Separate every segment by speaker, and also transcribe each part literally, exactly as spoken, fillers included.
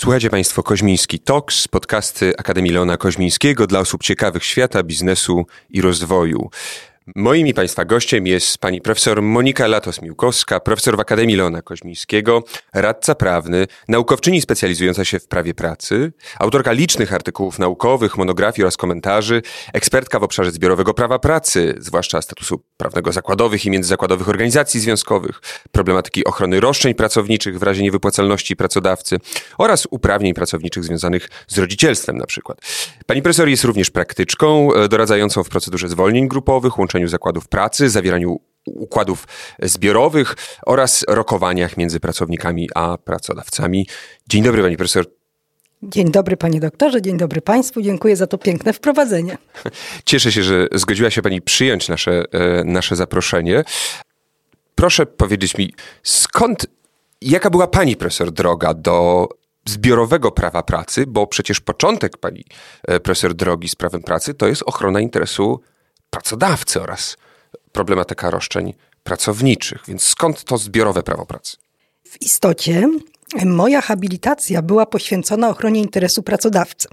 Speaker 1: Słuchajcie Państwo Koźmiński Talks, podcasty Akademii Leona Koźmińskiego dla osób ciekawych świata, biznesu i rozwoju. Moim i Państwa gościem jest pani profesor Monika Latos-Miłkowska, profesor w Akademii Leona Koźmińskiego, radca prawny, naukowczyni specjalizująca się w prawie pracy, autorka licznych artykułów naukowych, monografii oraz komentarzy, ekspertka w obszarze zbiorowego prawa pracy, zwłaszcza statusu prawnego zakładowych i międzyzakładowych organizacji związkowych, problematyki ochrony roszczeń pracowniczych w razie niewypłacalności pracodawcy oraz uprawnień pracowniczych związanych z rodzicielstwem na przykład. Pani profesor jest również praktyczką doradzającą w procedurze zwolnień grupowych, łączeniu zakładów pracy, zawieraniu układów zbiorowych oraz rokowaniach między pracownikami a pracodawcami. Dzień dobry pani profesor.
Speaker 2: Dzień dobry panie doktorze, dzień dobry państwu. Dziękuję za to piękne wprowadzenie.
Speaker 1: Cieszę się, że zgodziła się pani przyjąć nasze, nasze zaproszenie. Proszę powiedzieć mi, skąd, jaka była pani profesor droga do zbiorowego prawa pracy, bo przecież początek pani profesor drogi z prawem pracy to jest ochrona interesu pracodawcy oraz problematyka roszczeń pracowniczych. Więc skąd to zbiorowe prawo pracy?
Speaker 2: W istocie moja habilitacja była poświęcona ochronie interesu pracodawcy.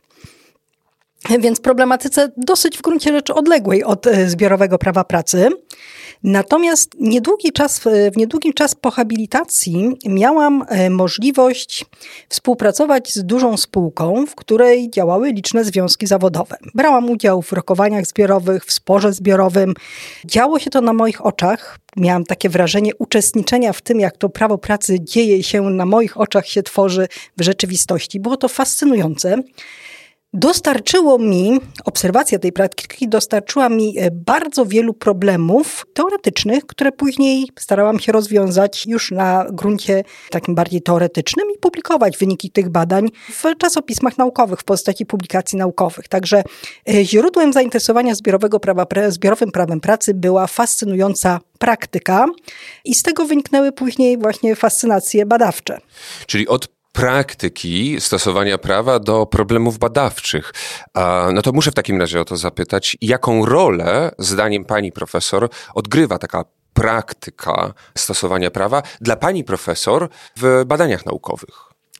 Speaker 2: Więc problematyce dosyć w gruncie rzeczy odległej od zbiorowego prawa pracy. Natomiast niedługi czas, w niedługim czas po habilitacji miałam możliwość współpracować z dużą spółką, w której działały liczne związki zawodowe. Brałam udział w rokowaniach zbiorowych, w sporze zbiorowym. Działo się to na moich oczach. Miałam takie wrażenie uczestniczenia w tym, jak to prawo pracy dzieje się, na moich oczach się tworzy w rzeczywistości. Było to fascynujące. Dostarczyło mi, obserwacja tej praktyki dostarczyła mi bardzo wielu problemów teoretycznych, które później starałam się rozwiązać już na gruncie takim bardziej teoretycznym i publikować wyniki tych badań w czasopismach naukowych, w postaci publikacji naukowych. Także źródłem zainteresowania zbiorowego prawa, zbiorowym prawem pracy była fascynująca praktyka i z tego wyniknęły później właśnie fascynacje badawcze.
Speaker 1: Czyli od praktyki stosowania prawa do problemów badawczych. No to muszę w takim razie o to zapytać, jaką rolę, zdaniem pani profesor, odgrywa taka praktyka stosowania prawa dla pani profesor w badaniach naukowych?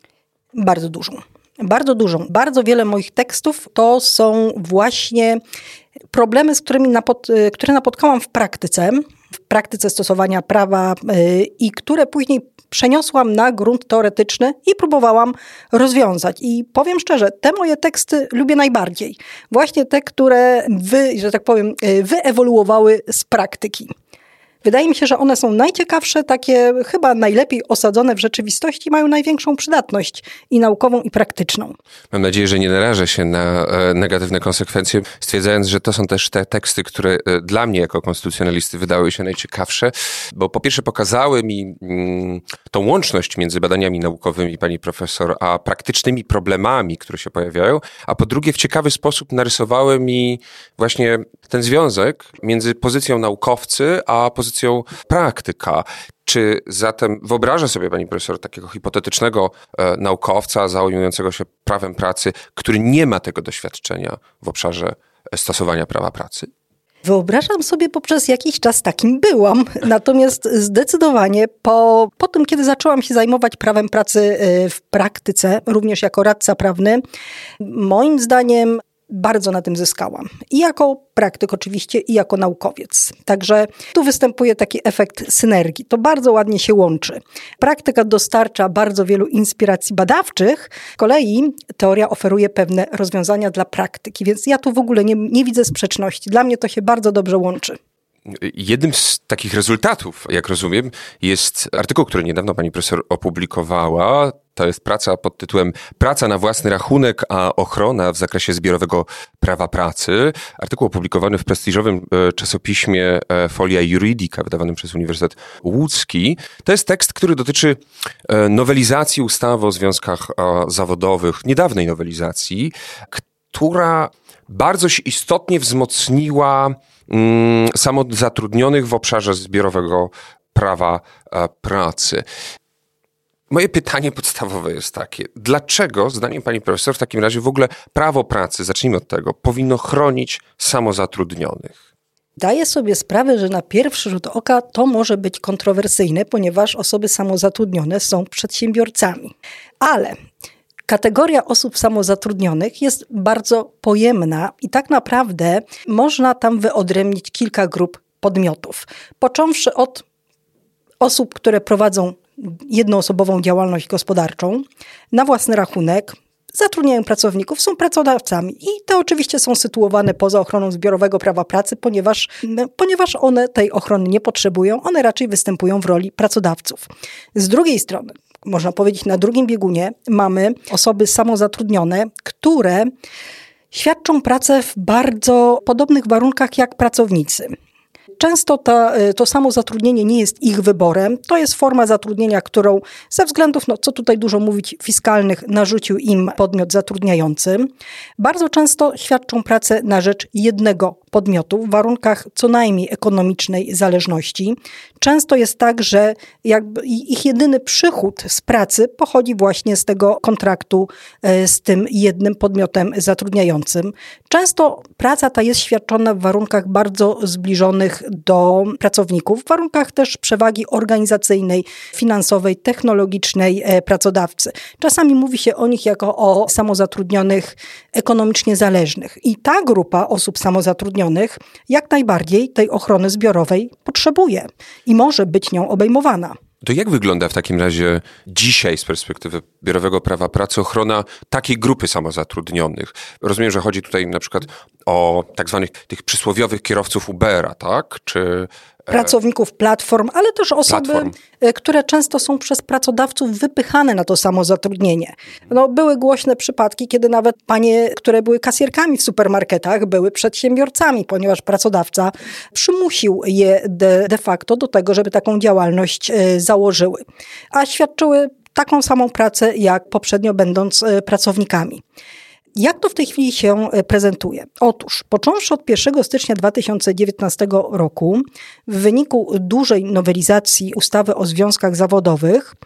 Speaker 2: Bardzo dużą. Bardzo dużą. Bardzo wiele moich tekstów to są właśnie problemy, z którymi napot, które napotkałam w praktyce, w praktyce stosowania prawa yy, i które później przeniosłam na grunt teoretyczny i próbowałam rozwiązać. I powiem szczerze, te moje teksty lubię najbardziej. Właśnie te, które wy, że tak powiem, wyewoluowały z praktyki. Wydaje mi się, że one są najciekawsze, takie chyba najlepiej osadzone w rzeczywistości, mają największą przydatność i naukową, i praktyczną.
Speaker 1: Mam nadzieję, że nie narażę się na e, negatywne konsekwencje, stwierdzając, że to są też te teksty, które e, dla mnie jako konstytucjonalisty wydały się najciekawsze, bo po pierwsze pokazały mi mm, tą łączność między badaniami naukowymi pani profesor, a praktycznymi problemami, które się pojawiają, a po drugie w ciekawy sposób narysowały mi właśnie ten związek między pozycją naukowcy, a pozycją praktyka. Czy zatem wyobraża sobie pani profesor takiego hipotetycznego e, naukowca zajmującego się prawem pracy, który nie ma tego doświadczenia w obszarze stosowania prawa pracy?
Speaker 2: Wyobrażam sobie, poprzez jakiś czas takim byłam, natomiast zdecydowanie po, po tym, kiedy zaczęłam się zajmować prawem pracy w praktyce, również jako radca prawny, moim zdaniem bardzo na tym zyskałam. I jako praktyk oczywiście, i jako naukowiec. Także tu występuje taki efekt synergii. To bardzo ładnie się łączy. Praktyka dostarcza bardzo wielu inspiracji badawczych, z kolei teoria oferuje pewne rozwiązania dla praktyki, więc ja tu w ogóle nie, nie widzę sprzeczności. Dla mnie to się bardzo dobrze łączy.
Speaker 1: Jednym z takich rezultatów, jak rozumiem, jest artykuł, który niedawno pani profesor opublikowała. To jest praca pod tytułem Praca na własny rachunek, a ochrona w zakresie zbiorowego prawa pracy. Artykuł opublikowany w prestiżowym czasopiśmie Folia Juridica, wydawanym przez Uniwersytet Łódzki. To jest tekst, który dotyczy nowelizacji ustawy o związkach zawodowych, niedawnej nowelizacji, która bardzo się istotnie wzmocniła mm, samozatrudnionych w obszarze zbiorowego prawa e, pracy. Moje pytanie podstawowe jest takie. Dlaczego, zdaniem pani profesor, w takim razie w ogóle prawo pracy, zacznijmy od tego, powinno chronić samozatrudnionych?
Speaker 2: Daję sobie sprawę, że na pierwszy rzut oka to może być kontrowersyjne, ponieważ osoby samozatrudnione są przedsiębiorcami. Ale Kategoria osób samozatrudnionych jest bardzo pojemna i tak naprawdę można tam wyodrębnić kilka grup podmiotów. Począwszy od osób, które prowadzą jednoosobową działalność gospodarczą na własny rachunek, zatrudniają pracowników, są pracodawcami i te oczywiście są sytuowane poza ochroną zbiorowego prawa pracy, ponieważ, ponieważ one tej ochrony nie potrzebują, one raczej występują w roli pracodawców. Z drugiej strony, można powiedzieć na drugim biegunie, mamy osoby samozatrudnione, które świadczą pracę w bardzo podobnych warunkach jak pracownicy. Często ta, to samo zatrudnienie nie jest ich wyborem. To jest forma zatrudnienia, którą ze względów, no co tutaj dużo mówić, fiskalnych narzucił im podmiot zatrudniający. Bardzo często świadczą pracę na rzecz jednego podmiotu w warunkach co najmniej ekonomicznej zależności. Często jest tak, że jakby ich jedyny przychód z pracy pochodzi właśnie z tego kontraktu z tym jednym podmiotem zatrudniającym. Często praca ta jest świadczona w warunkach bardzo zbliżonych do pracowników, w warunkach też przewagi organizacyjnej, finansowej, technologicznej pracodawcy. Czasami mówi się o nich jako o samozatrudnionych ekonomicznie zależnych. I ta grupa osób samozatrudnionych jak najbardziej tej ochrony zbiorowej potrzebuje i może być nią obejmowana.
Speaker 1: To jak wygląda w takim razie dzisiaj z perspektywy zbiorowego prawa pracy ochrona takiej grupy samozatrudnionych? Rozumiem, że chodzi tutaj na przykład o tak zwanych tych przysłowiowych kierowców Ubera, tak? Czy
Speaker 2: pracowników platform, ale też osoby,
Speaker 1: platform.
Speaker 2: które często są przez pracodawców wypychane na to samozatrudnienie. No, były głośne przypadki, kiedy nawet panie, które były kasjerkami w supermarketach, były przedsiębiorcami, ponieważ pracodawca przymusił je de, de facto do tego, żeby taką działalność założyły, a świadczyły taką samą pracę, jak poprzednio będąc pracownikami. Jak to w tej chwili się prezentuje? Otóż, począwszy od pierwszego stycznia dwa tysiące dziewiętnastego roku, w wyniku dużej nowelizacji ustawy o związkach zawodowych,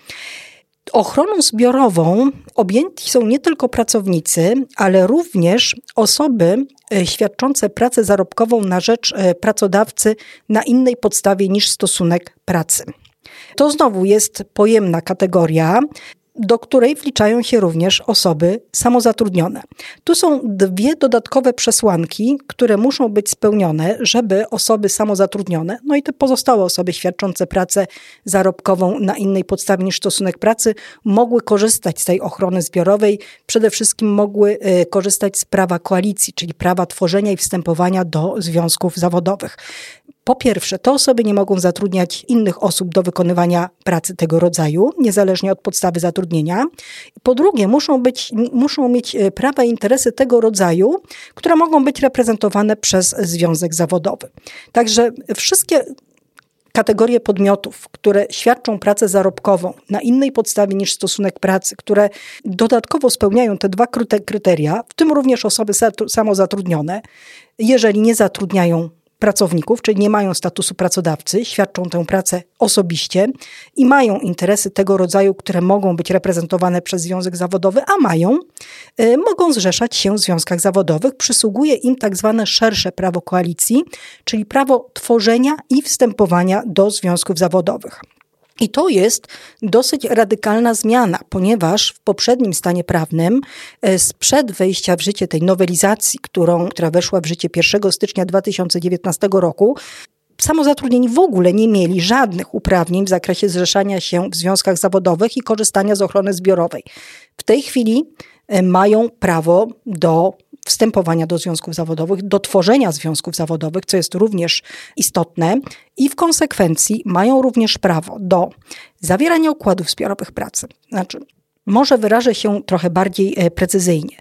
Speaker 2: ochroną zbiorową objęci są nie tylko pracownicy, ale również osoby świadczące pracę zarobkową na rzecz pracodawcy na innej podstawie niż stosunek pracy. To znowu jest pojemna kategoria, do której wliczają się również osoby samozatrudnione. Tu są dwie dodatkowe przesłanki, które muszą być spełnione, żeby osoby samozatrudnione, no i te pozostałe osoby świadczące pracę zarobkową na innej podstawie niż stosunek pracy, mogły korzystać z tej ochrony zbiorowej. Przede wszystkim mogły korzystać z prawa koalicji, czyli prawa tworzenia i wstępowania do związków zawodowych. Po pierwsze, te osoby nie mogą zatrudniać innych osób do wykonywania pracy tego rodzaju, niezależnie od podstawy zatrudnienia. Po drugie, muszą być, muszą mieć prawa i interesy tego rodzaju, które mogą być reprezentowane przez związek zawodowy. Także wszystkie kategorie podmiotów, które świadczą pracę zarobkową na innej podstawie niż stosunek pracy, które dodatkowo spełniają te dwa kryteria, w tym również osoby samozatrudnione, jeżeli nie zatrudniają pracowników, czyli nie mają statusu pracodawcy, świadczą tę pracę osobiście i mają interesy tego rodzaju, które mogą być reprezentowane przez związek zawodowy, a mają, y, mogą zrzeszać się w związkach zawodowych. Przysługuje im tak zwane szersze prawo koalicji, czyli prawo tworzenia i wstępowania do związków zawodowych. I to jest dosyć radykalna zmiana, ponieważ w poprzednim stanie prawnym, sprzed wejścia w życie tej nowelizacji, którą, która weszła w życie pierwszego stycznia dwa tysiące dziewiętnastego roku, samozatrudnieni w ogóle nie mieli żadnych uprawnień w zakresie zrzeszania się w związkach zawodowych i korzystania z ochrony zbiorowej. W tej chwili mają prawo do wstępowania do związków zawodowych, do tworzenia związków zawodowych, co jest również istotne i w konsekwencji mają również prawo do zawierania układów zbiorowych pracy. Znaczy, może wyrażę się trochę bardziej precyzyjnie.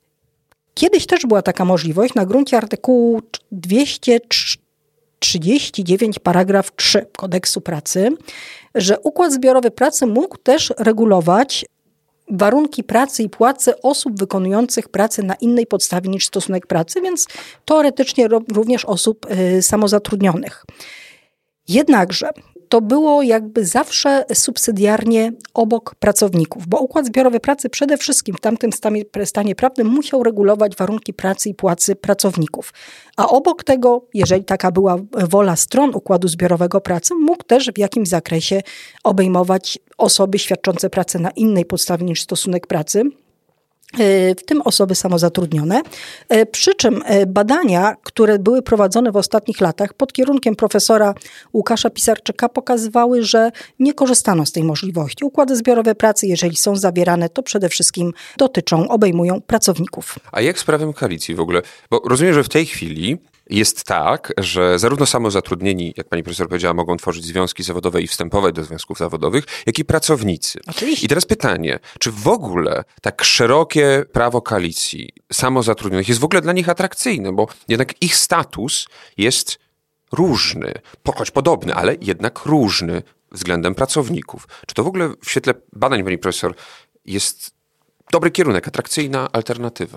Speaker 2: Kiedyś też była taka możliwość na gruncie artykułu dwieście trzydzieści dziewięć paragraf trzy Kodeksu Pracy, że układ zbiorowy pracy mógł też regulować warunki pracy i płacy osób wykonujących pracę na innej podstawie niż stosunek pracy, więc teoretycznie również osób y, samozatrudnionych. Jednakże to było jakby zawsze subsydiarnie obok pracowników, bo układ zbiorowy pracy przede wszystkim w tamtym stanie, stanie prawnym musiał regulować warunki pracy i płacy pracowników. A obok tego, jeżeli taka była wola stron układu zbiorowego pracy, mógł też w jakimś zakresie obejmować osoby świadczące pracę na innej podstawie niż stosunek pracy. w tym osoby samozatrudnione. Przy czym badania, które były prowadzone w ostatnich latach pod kierunkiem profesora Łukasza Pisarczyka pokazywały, że nie korzystano z tej możliwości. Układy zbiorowe pracy, jeżeli są zawierane, to przede wszystkim dotyczą, obejmują pracowników.
Speaker 1: A jak z prawem koalicji w ogóle? Bo rozumiem, że w tej chwili jest tak, że zarówno samozatrudnieni, jak pani profesor powiedziała, mogą tworzyć związki zawodowe i wstępować do związków zawodowych, jak i pracownicy.
Speaker 2: Oczywiście.
Speaker 1: I teraz pytanie, czy w ogóle tak szerokie prawo koalicji samozatrudnionych jest w ogóle dla nich atrakcyjne, bo jednak ich status jest różny, choć podobny, ale jednak różny względem pracowników. Czy to w ogóle w świetle badań pani profesor jest dobry kierunek, atrakcyjna alternatywa?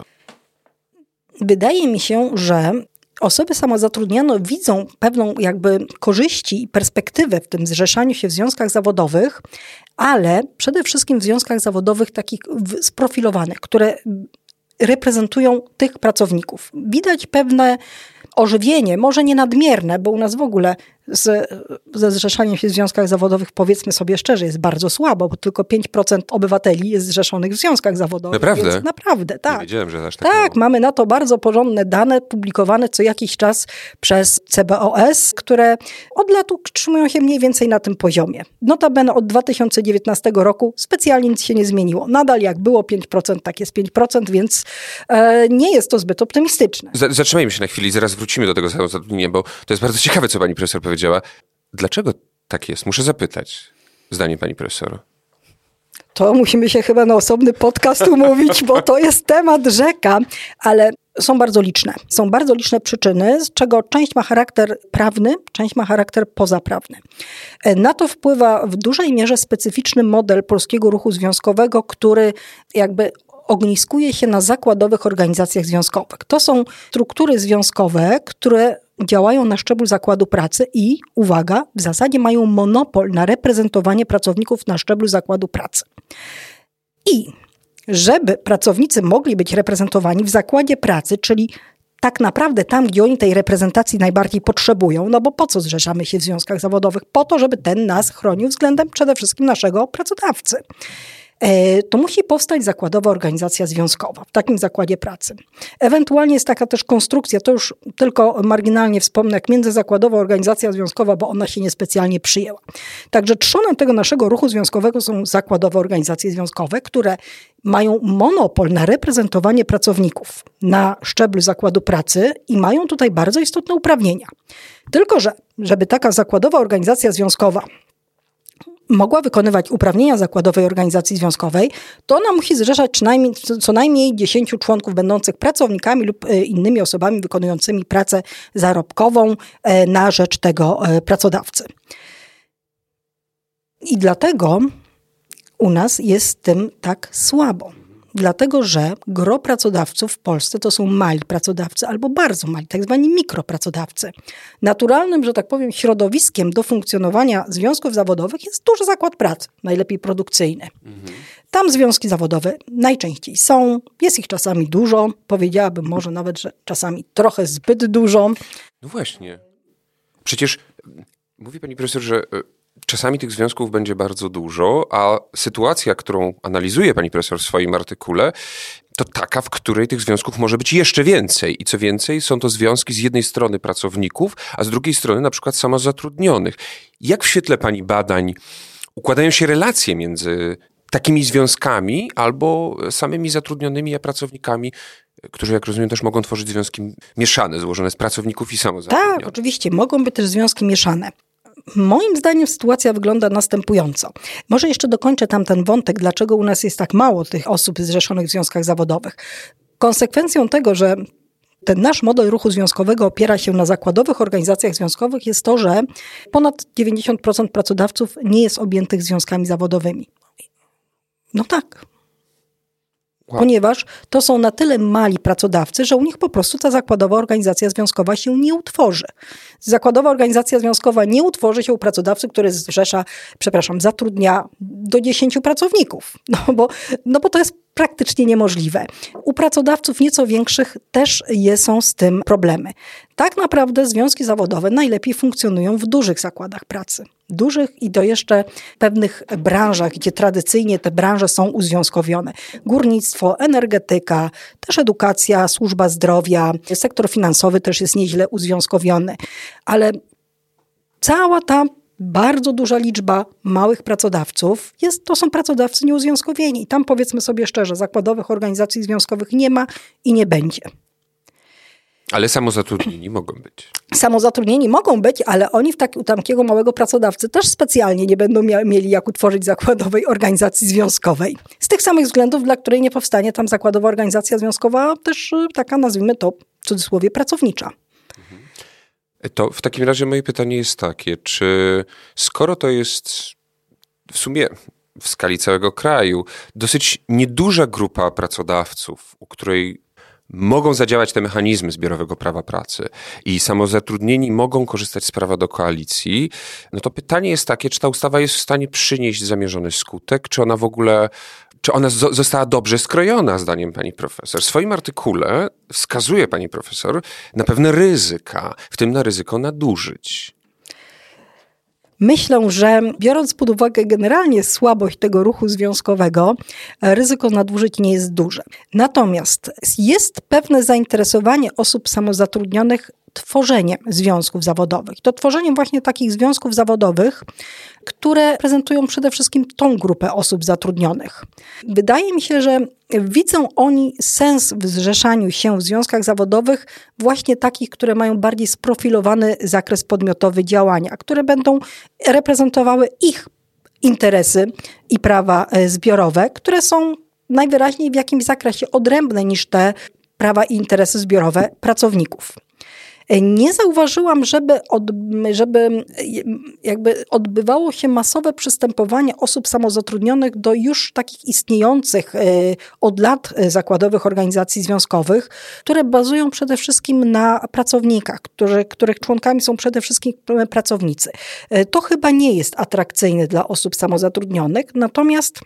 Speaker 2: Wydaje mi się, że osoby samozatrudnione widzą pewną jakby korzyści i perspektywę w tym zrzeszaniu się w związkach zawodowych, ale przede wszystkim w związkach zawodowych takich sprofilowanych, które reprezentują tych pracowników. Widać pewne ożywienie, może nie nadmierne, bo u nas w ogóle z, ze zrzeszaniem się w związkach zawodowych, powiedzmy sobie szczerze, jest bardzo słabo, bo tylko pięć procent obywateli jest zrzeszonych w związkach zawodowych.
Speaker 1: Naprawdę?
Speaker 2: Więc naprawdę, tak.
Speaker 1: Nie wiedziałem, że aż tak
Speaker 2: Tak,
Speaker 1: mało.
Speaker 2: mamy na to bardzo porządne dane publikowane co jakiś czas przez C B O S, które od lat utrzymują się mniej więcej na tym poziomie. Notabene od dwa tysiące dziewiętnastego roku specjalnie nic się nie zmieniło. Nadal jak było pięć procent, tak jest pięć procent, więc e, nie jest to zbyt optymistyczne.
Speaker 1: Zatrzymajmy się na chwilę i zaraz wrócimy do tego samozatrudnienia, bo to jest bardzo ciekawe, co pani profesor powiedziała. Dlaczego tak jest? Muszę zapytać. Zdanie pani profesor.
Speaker 2: To musimy się chyba na osobny podcast umówić, bo to jest temat rzeka, ale są bardzo liczne. Są bardzo liczne przyczyny, z czego część ma charakter prawny, część ma charakter pozaprawny. Na to wpływa w dużej mierze specyficzny model polskiego ruchu związkowego, który jakby ogniskuje się na zakładowych organizacjach związkowych. To są struktury związkowe, które działają na szczeblu zakładu pracy i, uwaga, w zasadzie mają monopol na reprezentowanie pracowników na szczeblu zakładu pracy. I żeby pracownicy mogli być reprezentowani w zakładzie pracy, czyli tak naprawdę tam, gdzie oni tej reprezentacji najbardziej potrzebują, no bo po co zrzeszamy się w związkach zawodowych? Po to, żeby ten nas chronił względem przede wszystkim naszego pracodawcy. To musi powstać zakładowa organizacja związkowa w takim zakładzie pracy. Ewentualnie jest taka też konstrukcja, to już tylko marginalnie wspomnę, jak międzyzakładowa organizacja związkowa, bo ona się niespecjalnie przyjęła. Także trzonem tego naszego ruchu związkowego są zakładowe organizacje związkowe, które mają monopol na reprezentowanie pracowników na szczeblu zakładu pracy i mają tutaj bardzo istotne uprawnienia. Tylko że, żeby taka zakładowa organizacja związkowa mogła wykonywać uprawnienia zakładowej organizacji związkowej, to ona musi zrzeszać co najmniej, co najmniej dziesięciu członków będących pracownikami lub innymi osobami wykonującymi pracę zarobkową na rzecz tego pracodawcy. I dlatego u nas jest z tym tak słabo. Dlatego, że gro pracodawców w Polsce to są mali pracodawcy albo bardzo mali, tak zwani mikropracodawcy. Naturalnym, że tak powiem, środowiskiem do funkcjonowania związków zawodowych jest duży zakład pracy, najlepiej produkcyjny. Mhm. Tam związki zawodowe najczęściej są, jest ich czasami dużo, powiedziałabym może nawet, że czasami trochę zbyt dużo.
Speaker 1: No właśnie. Przecież mówi pani profesor, że czasami tych związków będzie bardzo dużo, a sytuacja, którą analizuje pani profesor w swoim artykule, to taka, w której tych związków może być jeszcze więcej. I co więcej, są to związki z jednej strony pracowników, a z drugiej strony na przykład samozatrudnionych. Jak w świetle pani badań układają się relacje między takimi związkami albo samymi zatrudnionymi a pracownikami, którzy, jak rozumiem, też mogą tworzyć związki mieszane, złożone z pracowników i samozatrudnionych?
Speaker 2: Tak, oczywiście, mogą być też związki mieszane. Moim zdaniem sytuacja wygląda następująco. Może jeszcze dokończę tamten wątek, dlaczego u nas jest tak mało tych osób zrzeszonych w związkach zawodowych. Konsekwencją tego, że ten nasz model ruchu związkowego opiera się na zakładowych organizacjach związkowych, jest to, że ponad dziewięćdziesiąt procent pracodawców nie jest objętych związkami zawodowymi. No tak. Wow. Ponieważ to są na tyle mali pracodawcy, że u nich po prostu ta zakładowa organizacja związkowa się nie utworzy. Zakładowa organizacja związkowa nie utworzy się u pracodawcy, który zrzesza, przepraszam, zatrudnia do dziesięciu pracowników. No bo, no bo to jest praktycznie niemożliwe. U pracodawców nieco większych też są z tym problemy. Tak naprawdę związki zawodowe najlepiej funkcjonują w dużych zakładach pracy. dużych i to jeszcze w pewnych branżach, gdzie tradycyjnie te branże są uzwiązkowione. Górnictwo, energetyka, też edukacja, służba zdrowia, sektor finansowy też jest nieźle uzwiązkowiony. Ale cała ta bardzo duża liczba małych pracodawców, jest, to są pracodawcy nieuzwiązkowieni. I tam powiedzmy sobie szczerze, zakładowych organizacji związkowych nie ma i nie będzie.
Speaker 1: Ale samozatrudnieni mogą być.
Speaker 2: Samozatrudnieni mogą być, ale oni w tak, u takiego małego pracodawcy też specjalnie nie będą mia- mieli jak utworzyć zakładowej organizacji związkowej. Z tych samych względów, dla której nie powstanie tam zakładowa organizacja związkowa, też taka, nazwijmy to w cudzysłowie, pracownicza.
Speaker 1: To w takim razie moje pytanie jest takie, czy skoro to jest w sumie w skali całego kraju dosyć nieduża grupa pracodawców, u której mogą zadziałać te mechanizmy zbiorowego prawa pracy i samozatrudnieni mogą korzystać z prawa do koalicji, no to pytanie jest takie, czy ta ustawa jest w stanie przynieść zamierzony skutek, czy ona w ogóle, czy ona zo- została dobrze skrojona, zdaniem pani profesor. W swoim artykule wskazuje pani profesor na pewne ryzyka, w tym na ryzyko nadużyć.
Speaker 2: Myślę, że biorąc pod uwagę generalnie słabość tego ruchu związkowego, ryzyko nadużyć nie jest duże. Natomiast jest pewne zainteresowanie osób samozatrudnionych tworzeniem związków zawodowych. To tworzeniem właśnie takich związków zawodowych, które prezentują przede wszystkim tą grupę osób zatrudnionych. Wydaje mi się, że widzą oni sens w zrzeszaniu się w związkach zawodowych właśnie takich, które mają bardziej sprofilowany zakres podmiotowy działania, które będą reprezentowały ich interesy i prawa zbiorowe, które są najwyraźniej w jakimś zakresie odrębne niż te prawa i interesy zbiorowe pracowników. Nie zauważyłam, żeby, od, żeby jakby odbywało się masowe przystępowanie osób samozatrudnionych do już takich istniejących od lat zakładowych organizacji związkowych, które bazują przede wszystkim na pracownikach, którzy, których członkami są przede wszystkim pracownicy. To chyba nie jest atrakcyjne dla osób samozatrudnionych, natomiast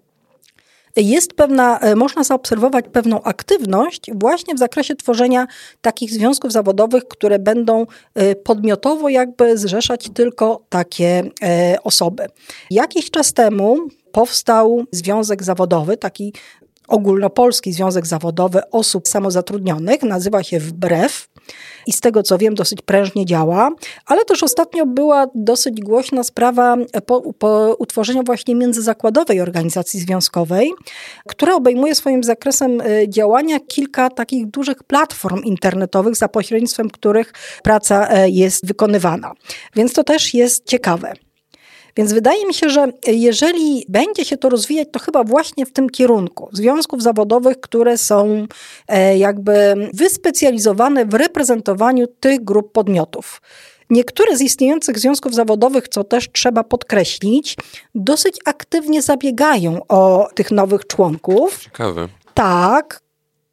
Speaker 2: jest pewna, można zaobserwować pewną aktywność właśnie w zakresie tworzenia takich związków zawodowych, które będą podmiotowo jakby zrzeszać tylko takie osoby. Jakiś czas temu powstał związek zawodowy, taki ogólnopolski związek zawodowy osób samozatrudnionych, nazywa się WBREW i z tego co wiem dosyć prężnie działa, ale też ostatnio była dosyć głośna sprawa po, po utworzeniu właśnie międzyzakładowej organizacji związkowej, która obejmuje swoim zakresem działania kilka takich dużych platform internetowych, za pośrednictwem których praca jest wykonywana. Więc to też jest ciekawe. Więc wydaje mi się, że jeżeli będzie się to rozwijać, to chyba właśnie w tym kierunku związków zawodowych, które są jakby wyspecjalizowane w reprezentowaniu tych grup podmiotów. Niektóre z istniejących związków zawodowych, co też trzeba podkreślić, dosyć aktywnie zabiegają o tych nowych członków.
Speaker 1: Ciekawe.
Speaker 2: Tak.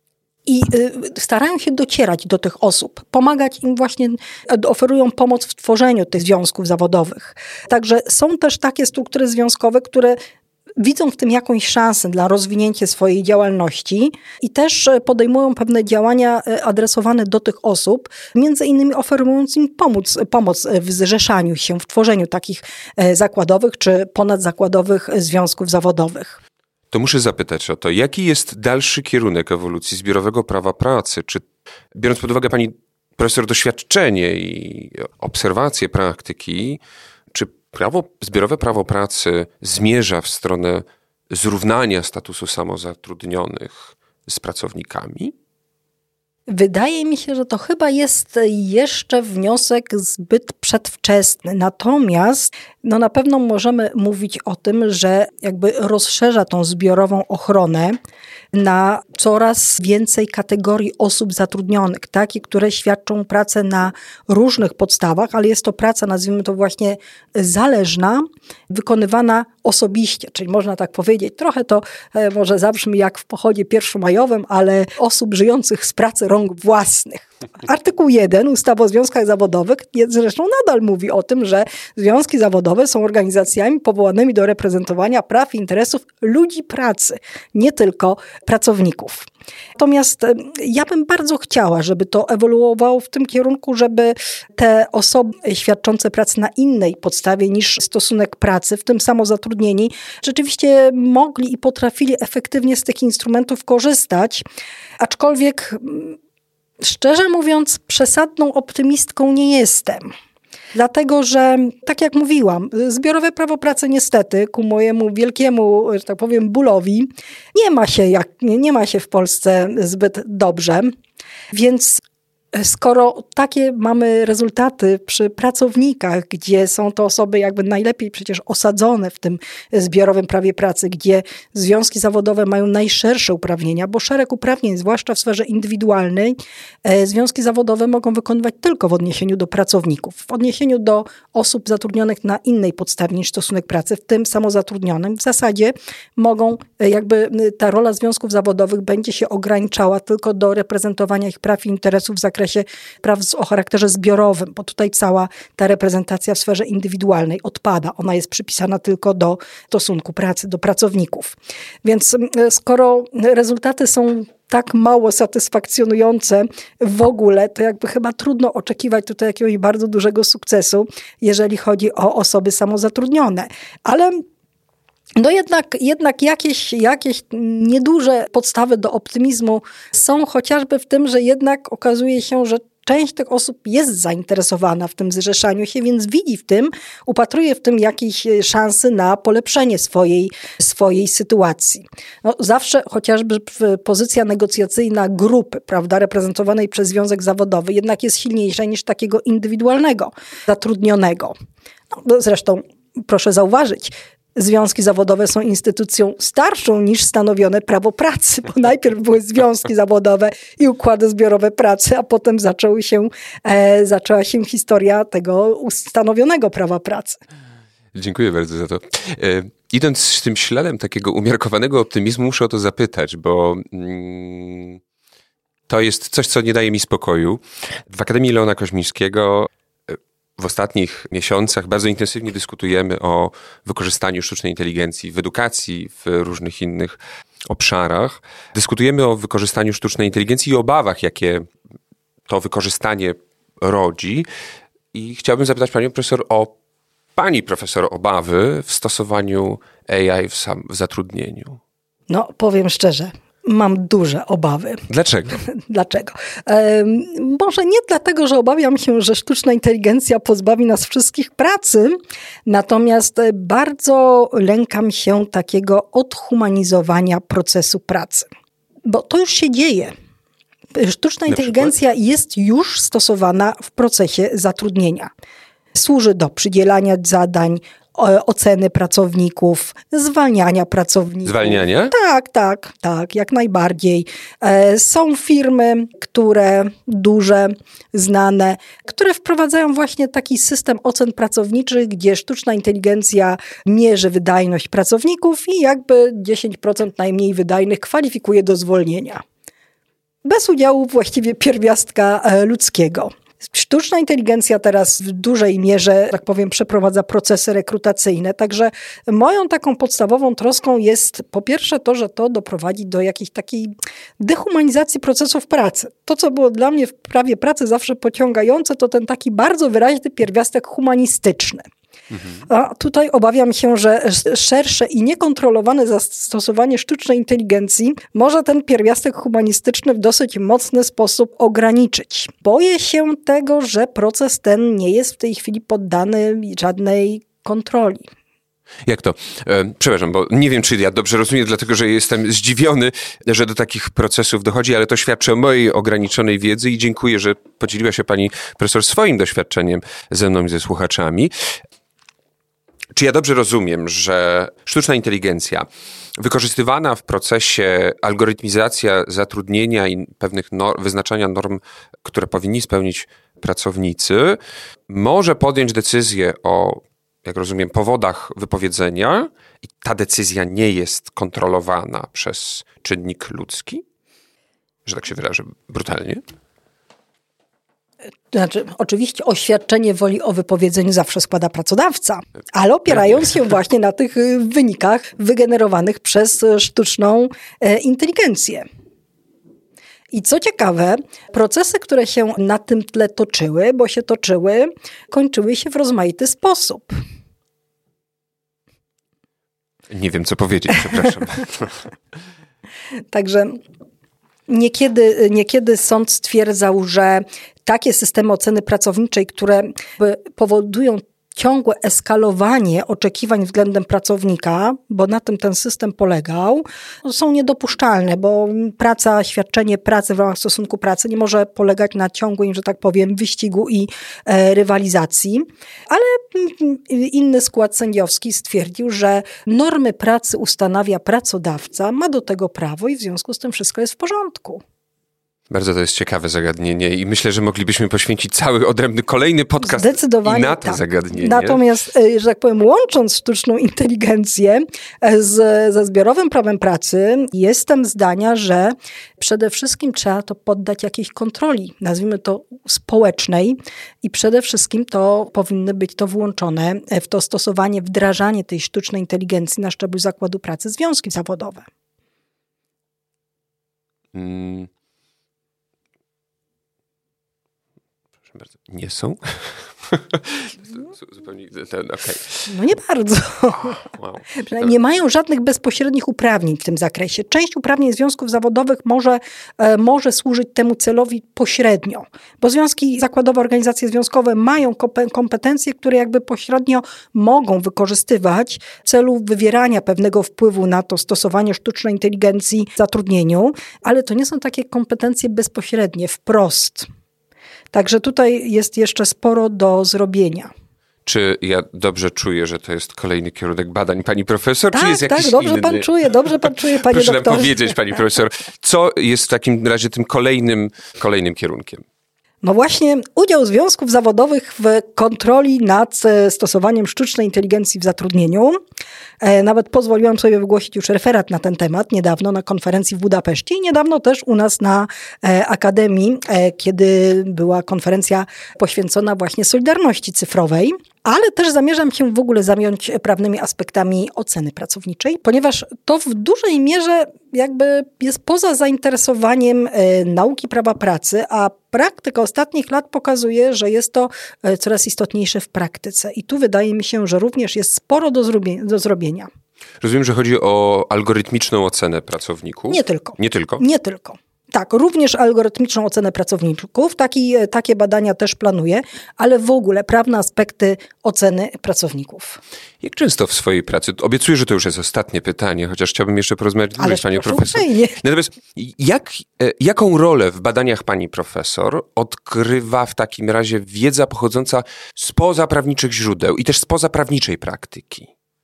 Speaker 2: I starają się docierać do tych osób, pomagać im właśnie, oferują pomoc w tworzeniu tych związków zawodowych. Także są też takie struktury związkowe, które widzą w tym jakąś szansę dla rozwinięcia swojej działalności i też podejmują pewne działania adresowane do tych osób, między innymi oferując im pomoc, pomoc w zrzeszaniu się, w tworzeniu takich zakładowych czy ponadzakładowych związków zawodowych.
Speaker 1: To muszę zapytać o to, jaki jest dalszy kierunek ewolucji zbiorowego prawa pracy? Czy, biorąc pod uwagę pani profesor doświadczenie i obserwacje praktyki, czy prawo, zbiorowe prawo pracy zmierza w stronę zrównania statusu samozatrudnionych z pracownikami?
Speaker 2: Wydaje mi się, że to chyba jest jeszcze wniosek zbyt przedwczesny. Natomiast no na pewno możemy mówić o tym, że jakby rozszerza tą zbiorową ochronę na coraz więcej kategorii osób zatrudnionych, takie, które świadczą pracę na różnych podstawach, ale jest to praca, nazwijmy to właśnie zależna, wykonywana osobiście, czyli można tak powiedzieć, trochę to może zabrzmi jak w pochodzie pierwszomajowym, ale osób żyjących z pracy rąk własnych. Artykuł jeden ustawy o związkach zawodowych zresztą nadal mówi o tym, że związki zawodowe są organizacjami powołanymi do reprezentowania praw i interesów ludzi pracy, nie tylko pracowników. Natomiast ja bym bardzo chciała, żeby to ewoluowało w tym kierunku, żeby te osoby świadczące pracę na innej podstawie niż stosunek pracy, w tym samozatrudnieni, rzeczywiście mogli i potrafili efektywnie z tych instrumentów korzystać, aczkolwiek szczerze mówiąc, przesadną optymistką nie jestem. Dlatego, że tak jak mówiłam, zbiorowe prawo pracy niestety ku mojemu wielkiemu, że tak powiem, bólowi nie ma się, jak, nie ma się w Polsce zbyt dobrze, więc skoro takie mamy rezultaty przy pracownikach, gdzie są to osoby jakby najlepiej przecież osadzone w tym zbiorowym prawie pracy, gdzie związki zawodowe mają najszersze uprawnienia, bo szereg uprawnień, zwłaszcza w sferze indywidualnej, związki zawodowe mogą wykonywać tylko w odniesieniu do pracowników. W odniesieniu do osób zatrudnionych na innej podstawie niż stosunek pracy, w tym samozatrudnionym, w zasadzie mogą, jakby ta rola związków zawodowych będzie się ograniczała tylko do reprezentowania ich praw i interesów w zakresie praw o charakterze zbiorowym, bo tutaj cała ta reprezentacja w sferze indywidualnej odpada. Ona jest przypisana tylko do stosunku pracy, do pracowników. Więc skoro rezultaty są tak mało satysfakcjonujące w ogóle, to jakby chyba trudno oczekiwać tutaj jakiegoś bardzo dużego sukcesu, jeżeli chodzi o osoby samozatrudnione. Ale no jednak, jednak jakieś, jakieś nieduże podstawy do optymizmu są chociażby w tym, że jednak okazuje się, że część tych osób jest zainteresowana w tym zrzeszaniu się, więc widzi w tym, upatruje w tym jakieś szansy na polepszenie swojej, swojej sytuacji. No, zawsze chociażby pozycja negocjacyjna grupy, prawda, reprezentowanej przez związek zawodowy jednak jest silniejsza niż takiego indywidualnego zatrudnionego. No, zresztą proszę zauważyć, związki zawodowe są instytucją starszą niż stanowione prawo pracy, bo najpierw były związki zawodowe i układy zbiorowe pracy, a potem zaczęły się, e, zaczęła się historia tego ustanowionego prawa pracy.
Speaker 1: Dziękuję bardzo za to. E, idąc tym śladem takiego umiarkowanego optymizmu, muszę o to zapytać, bo mm, to jest coś, co nie daje mi spokoju. W Akademii Leona Koźmińskiego w ostatnich miesiącach bardzo intensywnie dyskutujemy o wykorzystaniu sztucznej inteligencji w edukacji, w różnych innych obszarach. Dyskutujemy o wykorzystaniu sztucznej inteligencji i obawach, jakie to wykorzystanie rodzi. I chciałbym zapytać panią profesor o pani profesor obawy w stosowaniu A I w, sam, w zatrudnieniu.
Speaker 2: No, powiem szczerze. Mam duże obawy.
Speaker 1: Dlaczego?
Speaker 2: Dlaczego? E, może nie dlatego, że obawiam się, że sztuczna inteligencja pozbawi nas wszystkich pracy, natomiast bardzo lękam się takiego odhumanizowania procesu pracy. Bo to już się dzieje. Sztuczna inteligencja jest już stosowana w procesie zatrudnienia. Służy do przydzielania zadań, oceny pracowników, zwalniania pracowników.
Speaker 1: Zwalniania?
Speaker 2: Tak, tak, tak, jak najbardziej. Są firmy, które duże, znane, które wprowadzają właśnie taki system ocen pracowniczych, gdzie sztuczna inteligencja mierzy wydajność pracowników i jakby dziesięć procent najmniej wydajnych kwalifikuje do zwolnienia. Bez udziału właściwie pierwiastka ludzkiego. Sztuczna inteligencja teraz w dużej mierze, tak powiem, przeprowadza procesy rekrutacyjne. Także moją taką podstawową troską jest po pierwsze to, że to doprowadzi do jakiejś takiej dehumanizacji procesów pracy. To, co było dla mnie w prawie pracy zawsze pociągające, to ten taki bardzo wyraźny pierwiastek humanistyczny. Mhm. A tutaj obawiam się, że szersze i niekontrolowane zastosowanie sztucznej inteligencji może ten pierwiastek humanistyczny w dosyć mocny sposób ograniczyć. Boję się tego, że proces ten nie jest w tej chwili poddany żadnej kontroli.
Speaker 1: Jak to? E, przepraszam, bo nie wiem, czy ja dobrze rozumiem, dlatego że jestem zdziwiony, że do takich procesów dochodzi, ale to świadczy o mojej ograniczonej wiedzy i dziękuję, że podzieliła się pani profesor swoim doświadczeniem ze mną i ze słuchaczami. Czy ja dobrze rozumiem, że sztuczna inteligencja wykorzystywana w procesie algorytmizacji zatrudnienia i pewnych norm, wyznaczania norm, które powinni spełnić pracownicy, może podjąć decyzję o, jak rozumiem, powodach wypowiedzenia i ta decyzja nie jest kontrolowana przez czynnik ludzki? Że tak się wyrażę brutalnie.
Speaker 2: Znaczy, oczywiście oświadczenie woli o wypowiedzeniu zawsze składa pracodawca, ale opierając się właśnie na tych wynikach wygenerowanych przez sztuczną inteligencję. I co ciekawe, procesy, które się na tym tle toczyły, bo się toczyły, kończyły się w rozmaity sposób.
Speaker 1: Nie wiem, co powiedzieć, przepraszam.
Speaker 2: Także niekiedy, niekiedy sąd stwierdzał, że takie systemy oceny pracowniczej, które powodują ciągłe eskalowanie oczekiwań względem pracownika, bo na tym ten system polegał, są niedopuszczalne, bo praca, świadczenie pracy w ramach stosunku pracy nie może polegać na ciągłym, że tak powiem, wyścigu i e, rywalizacji. Ale inny skład sędziowski stwierdził, że normy pracy ustanawia pracodawca, ma do tego prawo i w związku z tym wszystko jest w porządku.
Speaker 1: Bardzo to jest ciekawe zagadnienie i myślę, że moglibyśmy poświęcić cały odrębny kolejny podcast
Speaker 2: Zdecydowanie
Speaker 1: i na to
Speaker 2: tak.
Speaker 1: zagadnienie.
Speaker 2: Natomiast, że tak powiem, łącząc sztuczną inteligencję z, ze zbiorowym prawem pracy, jestem zdania, że przede wszystkim trzeba to poddać jakiejś kontroli, nazwijmy to społecznej i przede wszystkim to powinny być to włączone w to stosowanie, wdrażanie tej sztucznej inteligencji na szczeblu zakładu pracy związki zawodowe.
Speaker 1: Hmm. Bardzo. Nie są? Zupełnie, ten, okay.
Speaker 2: No nie bardzo.
Speaker 1: Wow.
Speaker 2: Nie mają żadnych bezpośrednich uprawnień w tym zakresie. Część uprawnień związków zawodowych może, może służyć temu celowi pośrednio, bo związki zakładowe, organizacje związkowe mają kompetencje, które jakby pośrednio mogą wykorzystywać w celu wywierania pewnego wpływu na to stosowanie sztucznej inteligencji w zatrudnieniu, ale to nie są takie kompetencje bezpośrednie, wprost. Także tutaj jest jeszcze sporo do zrobienia.
Speaker 1: Czy ja dobrze czuję, że to jest kolejny kierunek badań pani profesor,
Speaker 2: tak,
Speaker 1: czy jest jakiś
Speaker 2: tak, dobrze
Speaker 1: inny?
Speaker 2: pan czuje, dobrze pan czuje, panie
Speaker 1: Proszę
Speaker 2: doktorze.
Speaker 1: nam powiedzieć, pani profesor, co jest w takim razie tym kolejnym, kolejnym kierunkiem?
Speaker 2: No właśnie udział związków zawodowych w kontroli nad stosowaniem sztucznej inteligencji w zatrudnieniu. Nawet pozwoliłam sobie wygłosić już referat na ten temat niedawno na konferencji w Budapeszcie i niedawno też u nas na Akademii, kiedy była konferencja poświęcona właśnie solidarności cyfrowej. Ale też zamierzam się w ogóle zająć prawnymi aspektami oceny pracowniczej, ponieważ to w dużej mierze jakby jest poza zainteresowaniem e, nauki prawa pracy, a praktyka ostatnich lat pokazuje, że jest to e, coraz istotniejsze w praktyce. I tu wydaje mi się, że również jest sporo do, zrobienia, do zrobienia.
Speaker 1: Rozumiem, że chodzi o algorytmiczną ocenę pracowników.
Speaker 2: Nie tylko.
Speaker 1: Nie tylko?
Speaker 2: Nie tylko. Tak, również algorytmiczną ocenę pracowników. Taki, takie badania też planuję, ale w ogóle prawne aspekty oceny pracowników.
Speaker 1: Jak często w swojej pracy, obiecuję, że to już jest ostatnie pytanie, chociaż chciałbym jeszcze porozmawiać dłużej z panią profesor.
Speaker 2: Uprzejmie.
Speaker 1: Natomiast jak, jaką rolę w badaniach pani profesor odgrywa w takim razie wiedza pochodząca spoza prawniczych źródeł i też spoza prawniczej praktyki?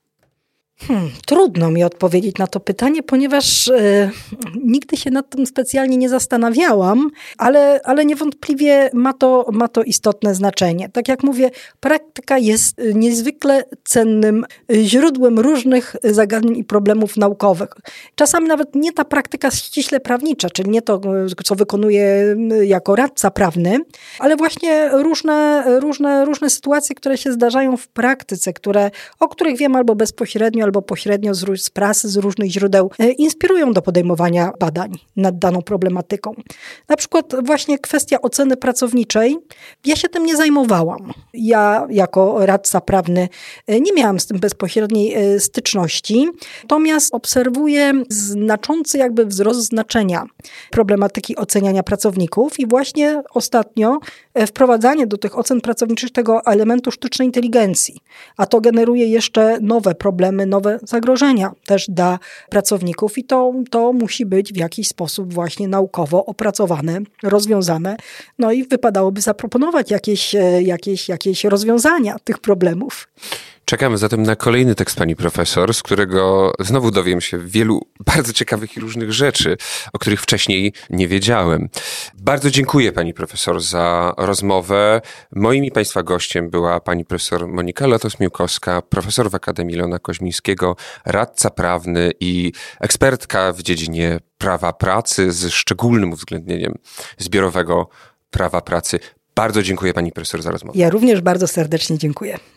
Speaker 2: Hmm, trudno mi odpowiedzieć na to pytanie, ponieważ e, nigdy się nad tym specjalnie nie zastanawiałam, ale, ale niewątpliwie ma to, ma to istotne znaczenie. Tak jak mówię, praktyka jest niezwykle cennym źródłem różnych zagadnień i problemów naukowych. Czasami nawet nie ta praktyka ściśle prawnicza, czyli nie to, co wykonuję jako radca prawny, ale właśnie różne, różne, różne sytuacje, które się zdarzają w praktyce, które, o których wiem albo bezpośrednio, albo pośrednio z, z prasy, z różnych źródeł, inspirują do podejmowania badań nad daną problematyką. Na przykład właśnie kwestia oceny pracowniczej. Ja się tym nie zajmowałam. Ja jako radca prawny nie miałam z tym bezpośredniej styczności. Natomiast obserwuję znaczący jakby wzrost znaczenia problematyki oceniania pracowników i właśnie ostatnio wprowadzanie do tych ocen pracowniczych tego elementu sztucznej inteligencji. A to generuje jeszcze nowe problemy, nowe zagrożenia też dla pracowników i to, to musi być w jakiś sposób właśnie naukowo opracowane, rozwiązane. No i wypadałoby zaproponować jakieś, jakieś, jakieś rozwiązania tych problemów.
Speaker 1: Czekamy zatem na kolejny tekst pani profesor, z którego znowu dowiem się wielu bardzo ciekawych i różnych rzeczy, o których wcześniej nie wiedziałem. Bardzo dziękuję pani profesor za rozmowę. Moim i państwa gościem była pani profesor Monika Latos-Miłkowska, profesor w Akademii Leona Koźmińskiego, radca prawny i ekspertka w dziedzinie prawa pracy z szczególnym uwzględnieniem zbiorowego prawa pracy. Bardzo dziękuję pani profesor za rozmowę.
Speaker 2: Ja również bardzo serdecznie dziękuję.